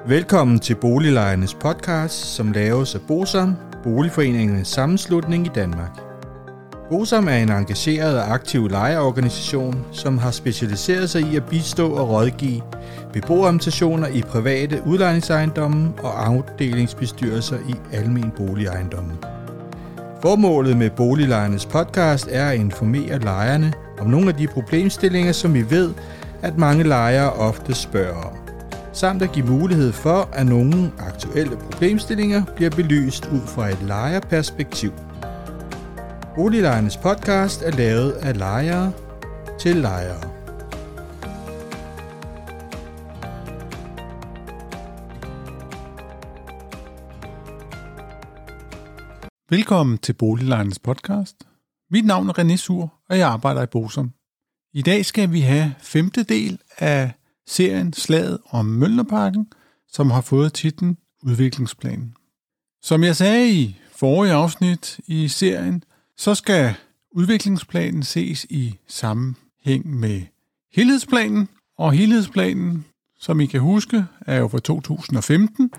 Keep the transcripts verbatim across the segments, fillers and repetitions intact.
Velkommen til Boliglejernes podcast, som laves af BOSAM, Boligforeningernes Sammenslutning i Danmark. BOSAM er en engageret og aktiv lejerorganisation, som har specialiseret sig i at bistå og rådgive beboerorganisationer i private udlejningsejendomme og afdelingsbestyrelser i almen boligejendomme. Formålet med Boliglejernes podcast er at informere lejerne om nogle af de problemstillinger, som vi ved, at mange lejere ofte spørger om, samt at give mulighed for, at nogle aktuelle problemstillinger bliver belyst ud fra et lejerperspektiv. Boliglejernes podcast er lavet af lejere til lejere. Velkommen til Boliglejernes podcast. Mit navn er René Sur, og jeg arbejder i BOSAM. I dag skal vi have femte del af serien Slaget om Mjølnerparken, som har fået titlen Udviklingsplanen. Som jeg sagde i forrige afsnit i serien, så skal udviklingsplanen ses i sammenhæng med helhedsplanen, og helhedsplanen, som I kan huske, er jo fra to tusind og femten,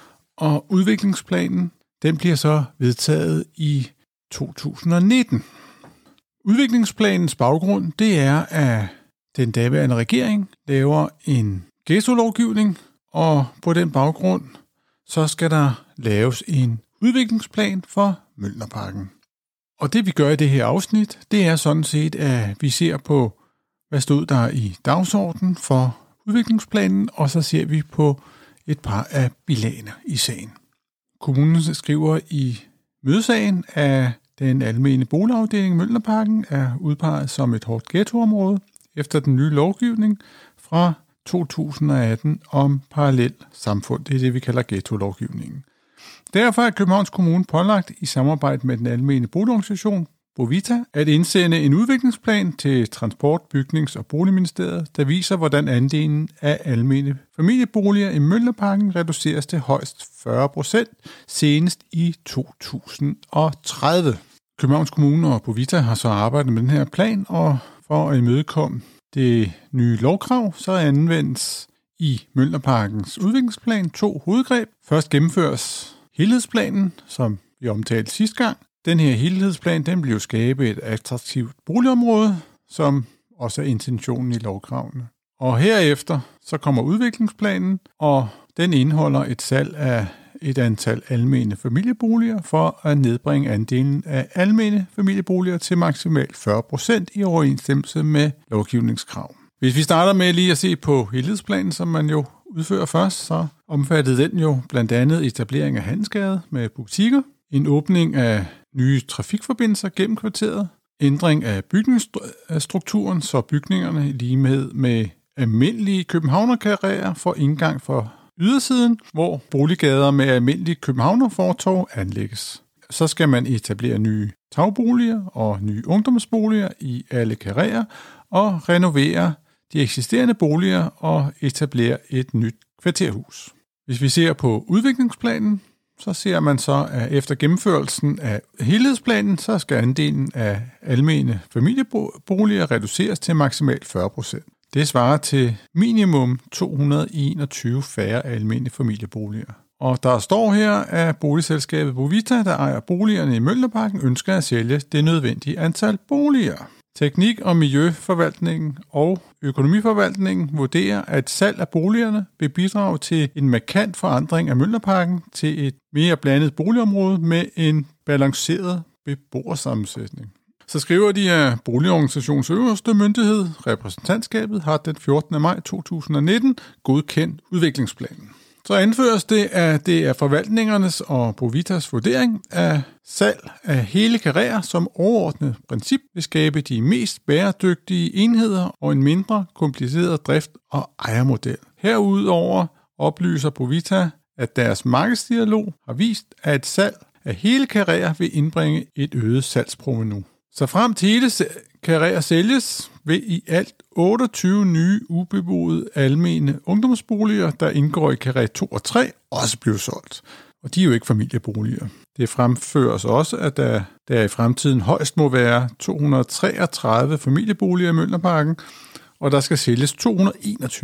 og udviklingsplanen, den bliver så vedtaget i to tusind og nitten. Udviklingsplanens baggrund, det er, at den daværende regering laver en ghetto-lovgivning, og på den baggrund, så skal der laves en udviklingsplan for Mjølnerparken. Og det vi gør i det her afsnit, det er sådan set, at vi ser på, hvad stod der i dagsordenen for udviklingsplanen, og så ser vi på et par af bilagene i sagen. Kommunen skriver i mødesagen, at den almene boligafdeling Mjølnerparken er udpeget som et hårdt ghettoområde efter den nye lovgivning fra to tusind og atten om parallel samfund. Det er det, vi kalder ghetto-lovgivningen. Derfor er Københavns Kommune pålagt i samarbejde med den almene boligorganisation Bovita at indsende en udviklingsplan til Transport-, Bygnings- og Boligministeriet, der viser, hvordan andelen af almene familieboliger i Mjølnerparken reduceres til højst fyrre procent senest i to tusind og tredive. Københavns Kommune og Bovita har så arbejdet med den her plan, og for at imødekomme det nye lovkrav, så anvendes i Mjølnerparkens udviklingsplan to hovedgreb. Først gennemføres helhedsplanen, som vi omtalte sidste gang. Den her helhedsplan, den bliver skabe et attraktivt boligområde, som også er intentionen i lovkravene. Og herefter så kommer udviklingsplanen, og den indeholder et salg af et antal almene familieboliger for at nedbringe andelen af almene familieboliger til maksimalt fyrre procent i overensstemmelse med lovgivningskrav. Hvis vi starter med lige at se på helhedsplanen, som man jo udfører først, så omfattede den jo blandt andet etablering af handelsgade med butikker, en åbning af nye trafikforbindelser gennem kvarteret, ændring af bygningsstrukturen, så bygningerne lige med med almindelige københavnerkarrierer får indgang for ydersiden, hvor boliggader med almindelige københavnerfortov anlægges. Så skal man etablere nye tagboliger og nye ungdomsboliger i alle karrierer og renovere de eksisterende boliger og etablere et nyt kvarterhus. Hvis vi ser på udviklingsplanen, så ser man så, at efter gennemførelsen af helhedsplanen, så skal andelen af almene familieboliger reduceres til maksimalt fyrre procent. Det svarer til minimum to hundrede og enogtyve færre almene familieboliger. Og der står her, at boligselskabet Bovita, der ejer boligerne i Mjølnerparken, ønsker at sælge det nødvendige antal boliger. Teknik- og Miljøforvaltningen og Økonomiforvaltningen vurderer, at salg af boligerne vil bidrage til en markant forandring af Mjølnerparken til et mere blandet boligområde med en balanceret beboersammensætning. Så skriver de, at boligorganisationens øverste myndighed, repræsentantskabet, har den fjortende maj to tusind og nitten godkendt udviklingsplanen. Så anføres det, at det er forvaltningernes og Bovitas vurdering af salg af hele karrierer som overordnet princip vil skabe de mest bæredygtige enheder og en mindre kompliceret drift og ejermodel. Herudover oplyser Bovita, at deres markedsdialog har vist, at et salg af hele karrierer vil indbringe et øget salgsprovenu. Så frem til hele karrierer sælges, vil i alt otteogtyve nye ubeboede almene ungdomsboliger, der indgår i karriere to og tre, også blive solgt. Og de er jo ikke familieboliger. Det fremføres også, at der, der i fremtiden højst må være to hundrede og treogtredive familieboliger i Mjølnerparken, og der skal sælges to hundrede og enogtyve.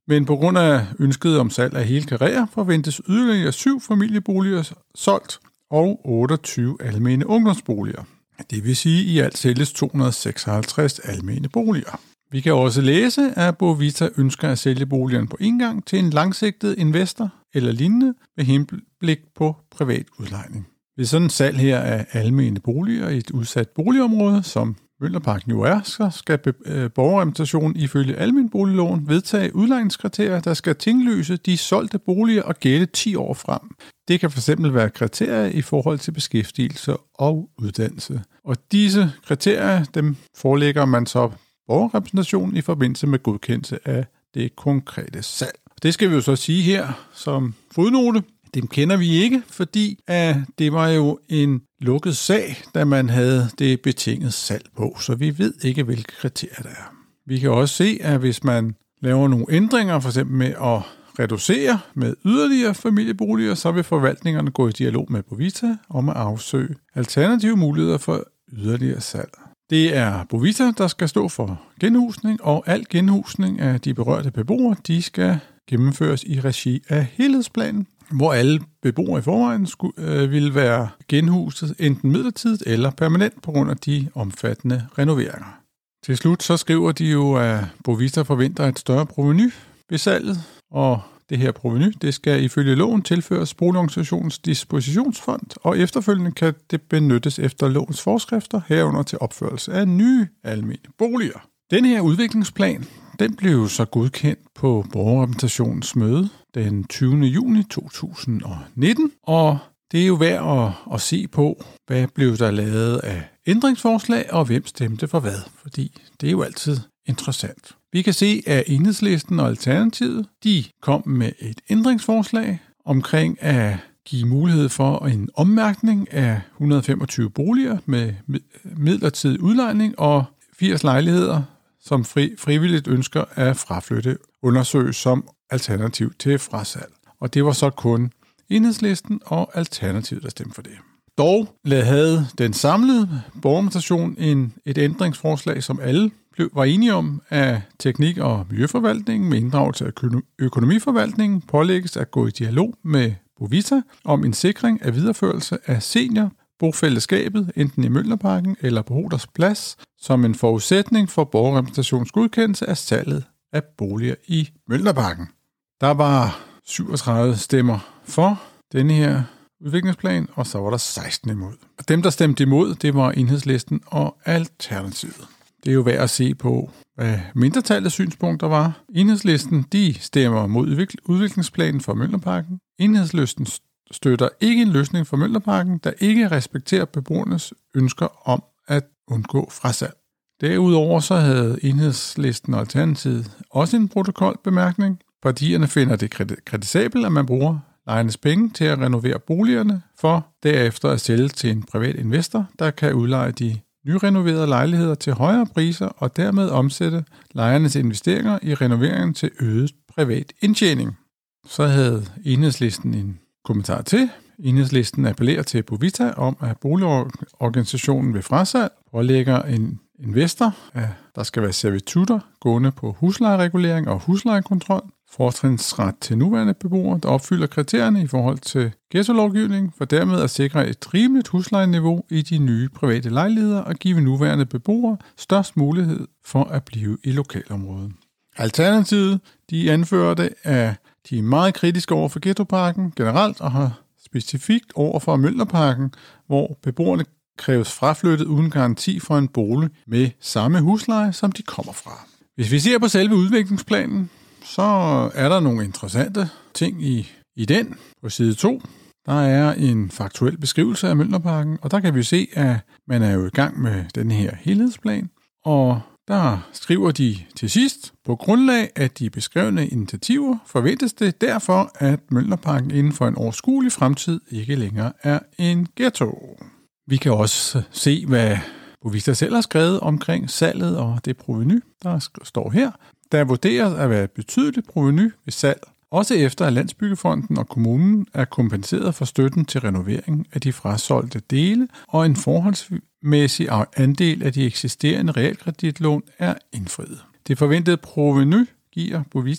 Men på grund af ønsket om salg af hele karrierer forventes yderligere syv familieboliger solgt og otteogtyve almene ungdomsboliger. Det vil sige, at i alt sælges to hundrede seksoghalvtreds almene boliger. Vi kan også læse, at Bo-Vita ønsker at sælge boligerne på en gang til en langsigtet investor eller lignende med henblik på privat udlejning. Ved sådan et salg her af almene boliger i et udsat boligområde, som Mjølnerparken jo er, så skal borgerrepræsentationen ifølge almenboligloven vedtage udlejningskriterier, der skal tinglyse de solgte boliger og gælde ti år frem. Det kan fx være kriterier i forhold til beskæftigelse og uddannelse. Og disse kriterier, dem forelægger man så borgerrepræsentationen i forbindelse med godkendelse af det konkrete salg. Det skal vi jo så sige her som fodnote. Dem kender vi ikke, fordi at det var jo en lukket sag, da man havde det betinget salg på, så vi ved ikke, hvilke kriterier der er. Vi kan også se, at hvis man laver nogle ændringer, f.eks. med at reducere med yderligere familieboliger, så vil forvaltningerne gå i dialog med Bo-Vita om at afsøge alternative muligheder for yderligere salg. Det er Bo-Vita, der skal stå for genhusning, og al genhusning af de berørte beboere, de skal gennemføres i regi af helhedsplanen, hvor alle beboere i forvejen skulle, øh, ville være genhuset enten midlertidigt eller permanent på grund af de omfattende renoveringer. Til slut så skriver de jo, at Bo-Vita forventer et større provenu ved salget, og det her provenu, det skal ifølge loven tilføres boligorganisationens dispositionsfond, og efterfølgende kan det benyttes efter lovens forskrifter herunder til opførelse af nye almene boliger. Den her udviklingsplan, den blev så godkendt på borgerrepræsentationens møde den tyvende juni to tusind og nitten, og det er jo værd at, at se på, hvad blev der lavet af ændringsforslag, og hvem stemte for hvad, fordi det er jo altid interessant. Vi kan se, at Enhedslisten og Alternativet, de kom med et ændringsforslag omkring at give mulighed for en ommærkning af et hundrede og femogtyve boliger med midlertidig udlejning og firs lejligheder, som fri, frivilligt ønsker at fraflytte, undersøges som alternativ til frasalg. Og det var så kun Enhedslisten og Alternativet, der stemte for det. Dog havde den samlede borgerrepræsentation en, et ændringsforslag, som alle blev, var enige om, at teknik- og miljøforvaltningen med inddragelse af økonomiforvaltningen pålægges at gå i dialog med Bo-Vita om en sikring af videreførelse af senior bofællesskabet, enten i Mjølnerparken eller på Hoders Plads, som en forudsætning for borgerrepræsentations godkendelse af salget af boliger i Mjølnerparken. Der var syvogtredive stemmer for denne her udviklingsplan, og så var der seksten imod. Og dem, der stemte imod, det var Enhedslisten og Alternativet. Det er jo værd at se på, hvad mindretallets synspunkter var. Enhedslisten, de stemmer mod udviklingsplanen for Mjølnerparken. Enhedslisten støtter ikke en løsning for Mjølnerparken, der ikke respekterer beboernes ønsker om at undgå frasalg. Derudover så havde Enhedslisten og Alternativet også en protokolbemærkning. Partierne finder det kritisabelt, at man bruger lejernes penge til at renovere boligerne, for derefter at sælge til en privat investor, der kan udleje de nyrenoverede lejligheder til højere priser og dermed omsætte lejernes investeringer i renoveringen til øget privat indtjening. Så havde Enhedslisten en kommentar til. Enhedslisten appellerer til Bo-Vita om, at boligorganisationen ved frasalg pålægger en investor, at der skal være servitutter gående på huslejeregulering og huslejekontrol, fortrinsret til nuværende beboere, der opfylder kriterierne i forhold til ghettolovgivning, for dermed at sikre et rimeligt huslejeniveau i de nye private lejligheder og give nuværende beboere størst mulighed for at blive i lokalområdet. Alternativet, de anførte, at de er meget kritiske over for ghettoparken generelt og har specifikt over for Mjølnerparken, hvor beboerne kræves fraflyttet uden garanti for en bolig med samme husleje, som de kommer fra. Hvis vi ser på selve udviklingsplanen, så er der nogle interessante ting i, i den. På side to, der er en faktuel beskrivelse af Mjølnerparken, og der kan vi se, at man er jo i gang med den her helhedsplan, og der skriver de til sidst, på grundlag af de beskrevne initiativer forventes det derfor, at Mjølnerparken inden for en overskuelig fremtid ikke længere er en ghetto. Vi kan også se, hvad Bo-Vita selv har skrevet omkring salget og det provenu, der står her. Der vurderes at være et betydeligt provenu ved salg, også efter at Landsbyggefonden og kommunen er kompenseret for støtten til renovering af de frasolgte dele, og en forholdsmæssig andel af de eksisterende realkreditlån er indfriet. Det forventede provenu giver Bo-Vita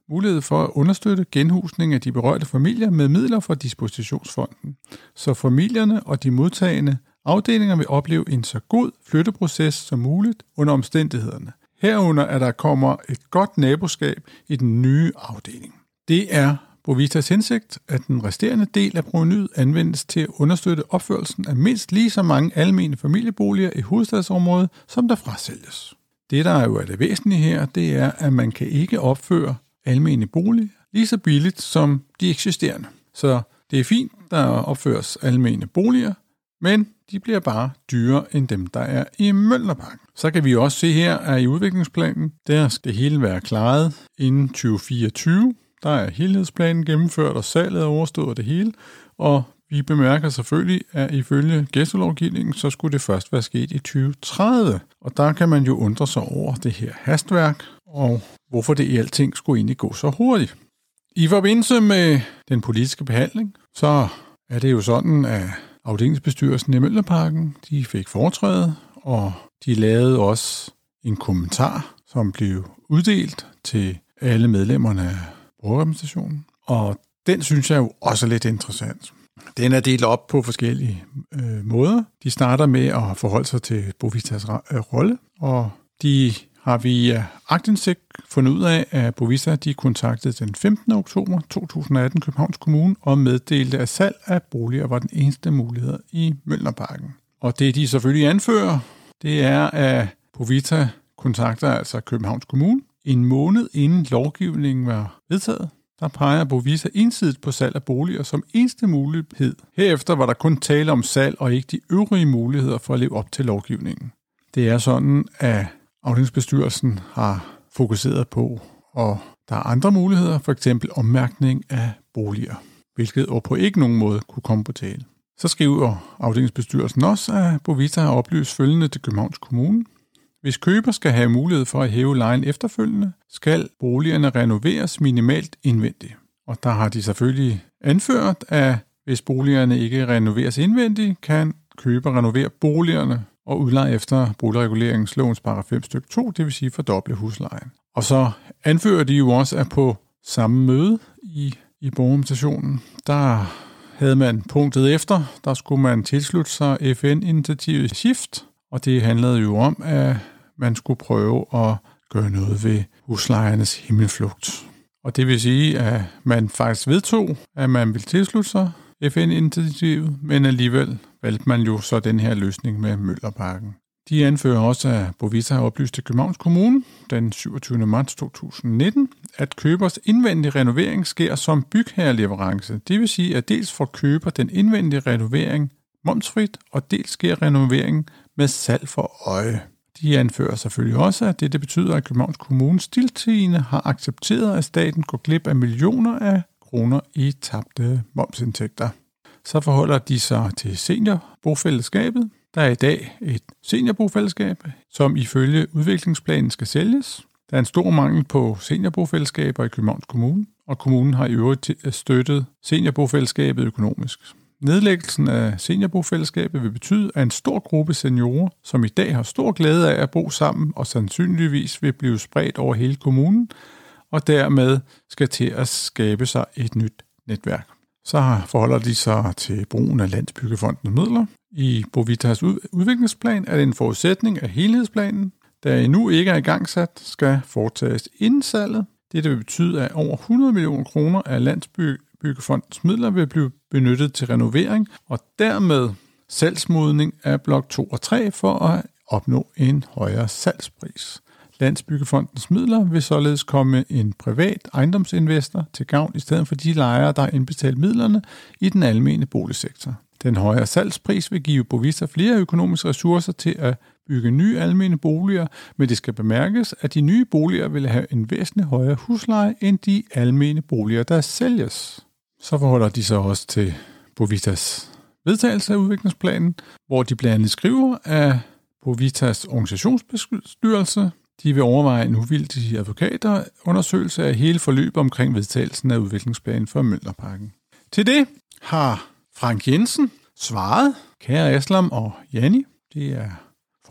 mulighed for at understøtte genhusning af de berørte familier med midler fra dispositionsfonden, så familierne og de modtagende afdelinger vil opleve en så god flytteproces som muligt under omstændighederne. Herunder, at der kommer et godt naboskab i den nye afdeling. Det er Bovitas hensigt, at den resterende del af provenuet anvendes til at understøtte opførelsen af mindst lige så mange almene familieboliger i hovedstadsområdet, som der frasælges. Det, der jo er det væsentlige her, det er, at man kan ikke opføre almene boliger lige så billigt som de eksisterende. Så det er fint, der opføres almene boliger, men de bliver bare dyrere end dem, der er i Mjølnerparken. Så kan vi også se her, at i udviklingsplanen, der skal det hele være klaret inden tyve fireogtyve. Der er helhedsplanen gennemført, og salget er overstået det hele, og vi bemærker selvfølgelig, at ifølge ghettolovgivningen, så skulle det først være sket i tyve tredive. Og der kan man jo undre sig over det her hastværk, og hvorfor det i alting skulle egentlig gå så hurtigt. I forbindelse med den politiske behandling, så er det jo sådan, at afdelingsbestyrelsen i Mjølnerparken, de fik foretræde, og de lavede også en kommentar, som blev uddelt til alle medlemmerne af brugerrepræsentationen. Og den synes jeg jo også er lidt interessant. Den er delt op på forskellige øh, måder. De starter med at forholde sig til Bovitas rolle, og de har via aktindsigt fundet ud af, at Bovita de kontaktede den femtende oktober to tusind og atten Københavns Kommune og meddelte, at salg af boliger var den eneste mulighed i Mjølnerparken. Og det, de selvfølgelig anfører, det er, at Bovita kontakter altså Københavns Kommune en måned inden lovgivningen var vedtaget. Der peger Bovita ensidigt på salg af boliger som eneste mulighed. Herefter var der kun tale om salg og ikke de øvrige muligheder for at leve op til lovgivningen. Det er sådan, at afdelingsbestyrelsen har fokuseret på, og der er andre muligheder, for eksempel ommærkning af boliger, hvilket på ikke nogen måde kunne komme på tale. Så skriver afdelingsbestyrelsen også, at Bovita har oplyst følgende til Københavns Kommune. Hvis køber skal have mulighed for at hæve lejen efterfølgende, skal boligerne renoveres minimalt indvendigt. Og der har de selvfølgelig anført, at hvis boligerne ikke renoveres indvendigt, kan køber renovere boligerne og udleje efter boligreguleringslovens paragraf fem stykke to, det vil sige fordoble huslejen. Og så anfører de jo også, at på samme møde i, i borgerrepræsentationen, der havde man punktet efter, der skulle man tilslutte sig F N-initiativet SHIFT, og det handlede jo om, at man skulle prøve at gøre noget ved huslejernes himmelflugt. Og det vil sige, at man faktisk vedtog, at man ville tilslutte sig F N-initiativet, men alligevel valgte man jo så den her løsning med Mjølnerparken. De anfører også, at Bovita har oplyst til Københavns Kommune den syvogtyvende marts to tusind nitten, at købers indvendige renovering sker som bygherreleverance. Det vil sige, at dels får køber den indvendige renovering momsfrit, og dels sker renoveringen med salg for øje. De anfører selvfølgelig også, at det, det betyder, at Københavns Kommune stiltiende har accepteret, at staten går glip af millioner af kroner i tabte momsindtægter. Så forholder de sig til seniorbofællesskabet. Der er i dag et seniorbofællesskab, som ifølge udviklingsplanen skal sælges. Der er en stor mangel på seniorbofællesskaber i Københavns Kommune, og kommunen har i øvrigt støttet seniorbofællesskabet økonomisk. Nedlæggelsen af seniorbofællesskabet vil betyde, at en stor gruppe seniorer, som i dag har stor glæde af at bo sammen og sandsynligvis vil blive spredt over hele kommunen, og dermed skal til at skabe sig et nyt netværk. Så forholder de sig til brugen af Landsbyggefondens midler. I Bovitas udviklingsplan er det en forudsætning af helhedsplanen, der endnu ikke er igangsat, skal foretages inden salget. Det vil betyde, at over hundrede millioner kroner af Landsbyggefondens midler vil blive benyttet til renovering og dermed salgsmodning af blok to og tre for at opnå en højere salgspris. Landsbyggefondens midler vil således komme en privat ejendomsinvestor til gavn i stedet for de lejere, der har indbetalt midlerne i den almene boligsektor. Den højere salgspris vil give Bovita flere økonomiske ressourcer til at bygge nye almene boliger, men det skal bemærkes, at de nye boliger vil have en væsentlig højere husleje end de almene boliger, der sælges. Så forholder de sig også til Bovitas vedtagelse af udviklingsplanen, hvor de blandt andet skriver, at Bovitas organisationsbestyrelse de vil overveje en uvildig advokatundersøgelse af hele forløbet omkring vedtagelsen af udviklingsplanen for Mjølnerparken. Til det har Frank Jensen svaret, kære Aslam og Janni, det er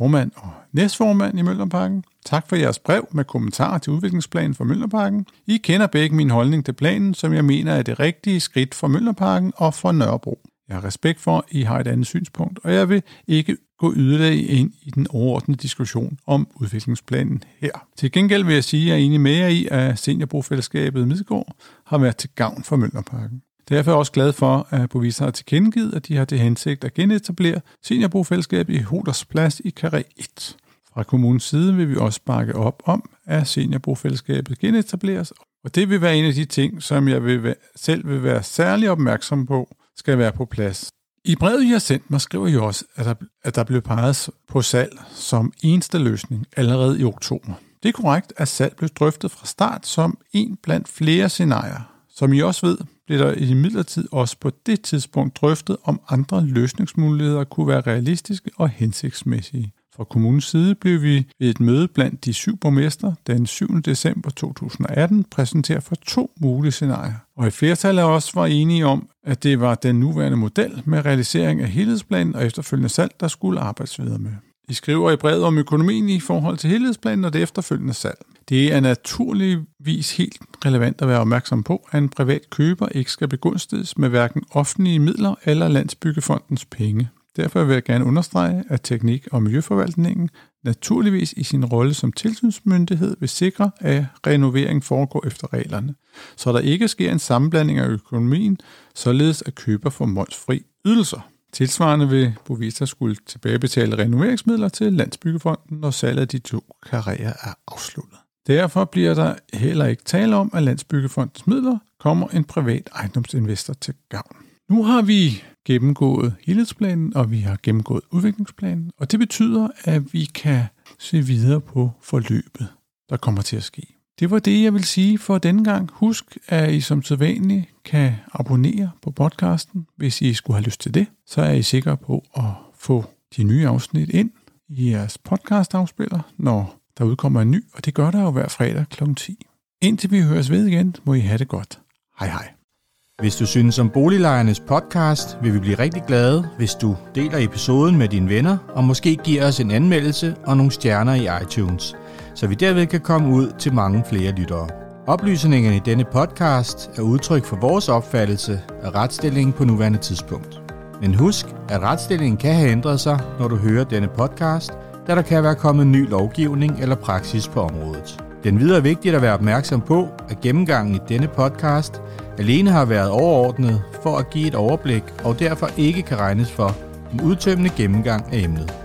formand og næstformand i Mjølnerparken. Tak for jeres brev med kommentarer til udviklingsplanen for Mjølnerparken. I kender begge min holdning til planen, som jeg mener er det rigtige skridt for Mjølnerparken og for Nørrebro. Jeg har respekt for, at I har et andet synspunkt, og jeg vil ikke gå yderligere ind i den overordnede diskussion om udviklingsplanen her. Til gengæld vil jeg sige, at jeg er enig med jer i, at seniorbofællesskabet Middelgård har været til gavn for Mjølnerparken. Derfor er jeg også glad for, at Bovisa har tilkendegivet, at de har til hensigt at genetablere seniorbofællesskabet i Hoders Plads i Karré et. Fra kommunens side vil vi også bakke op om, at seniorbofællesskabet genetableres, og det vil være en af de ting, som jeg vil selv vil være særlig opmærksom på, skal være på plads. I brevet, I har sendt mig, skriver I også, at der, at der blev peget på salg som eneste løsning allerede i oktober. Det er korrekt, at salg blev drøftet fra start som en blandt flere scenarier. Som I også ved, blev der i midlertid også på det tidspunkt drøftet, om andre løsningsmuligheder kunne være realistiske og hensigtsmæssige. Fra kommunens side blev vi ved et møde blandt de syv borgmestre den syvende december to tusind og atten præsenteret for to mulige scenarier. Og et flertal af os var enige om, at det var den nuværende model med realisering af helhedsplanen og efterfølgende salg, der skulle arbejdes videre med. I skriver i brevet om økonomien i forhold til helhedsplanen og det efterfølgende salg. Det er naturligvis helt relevant at være opmærksom på, at en privat køber ikke skal begunstiges med hverken offentlige midler eller Landsbyggefondens penge. Derfor vil jeg gerne understrege, at teknik- og miljøforvaltningen naturligvis i sin rolle som tilsynsmyndighed vil sikre, at renovering foregår efter reglerne, så der ikke sker en sammenblanding af økonomien, således at køber får momsfri ydelser. Tilsvarende vil Bovisa skulle tilbagebetale renoveringsmidler til Landsbyggefonden, når salget af de to karrierer er afsluttet. Derfor bliver der heller ikke tale om, at Landsbyggefondens midler kommer en privat ejendomsinvestor til gavn. Nu har vi gennemgået helhedsplanen, og vi har gennemgået udviklingsplanen, og det betyder, at vi kan se videre på forløbet, der kommer til at ske. Det var det, jeg vil sige for denne gang. Husk, at I som sædvanligt kan abonnere på podcasten, hvis I skulle have lyst til det. Så er I sikre på at få de nye afsnit ind i jeres podcastafspiller, når der udkommer en ny, og det gør der jo hver fredag klokken ti. Indtil vi høres ved igen, må I have det godt. Hej hej. Hvis du synes om Boliglejernes podcast, vil vi blive rigtig glade, hvis du deler episoden med dine venner, og måske giver os en anmeldelse og nogle stjerner i iTunes, så vi derved kan komme ud til mange flere lyttere. Oplysningerne i denne podcast er udtryk for vores opfattelse af retsstillingen på nuværende tidspunkt. Men husk, at retsstillingen kan have ændret sig, når du hører denne podcast, da der kan være kommet ny lovgivning eller praksis på området. Den videre er vigtigt at være opmærksom på, at gennemgangen i denne podcast alene har været overordnet for at give et overblik og derfor ikke kan regnes for en udtømmende gennemgang af emnet.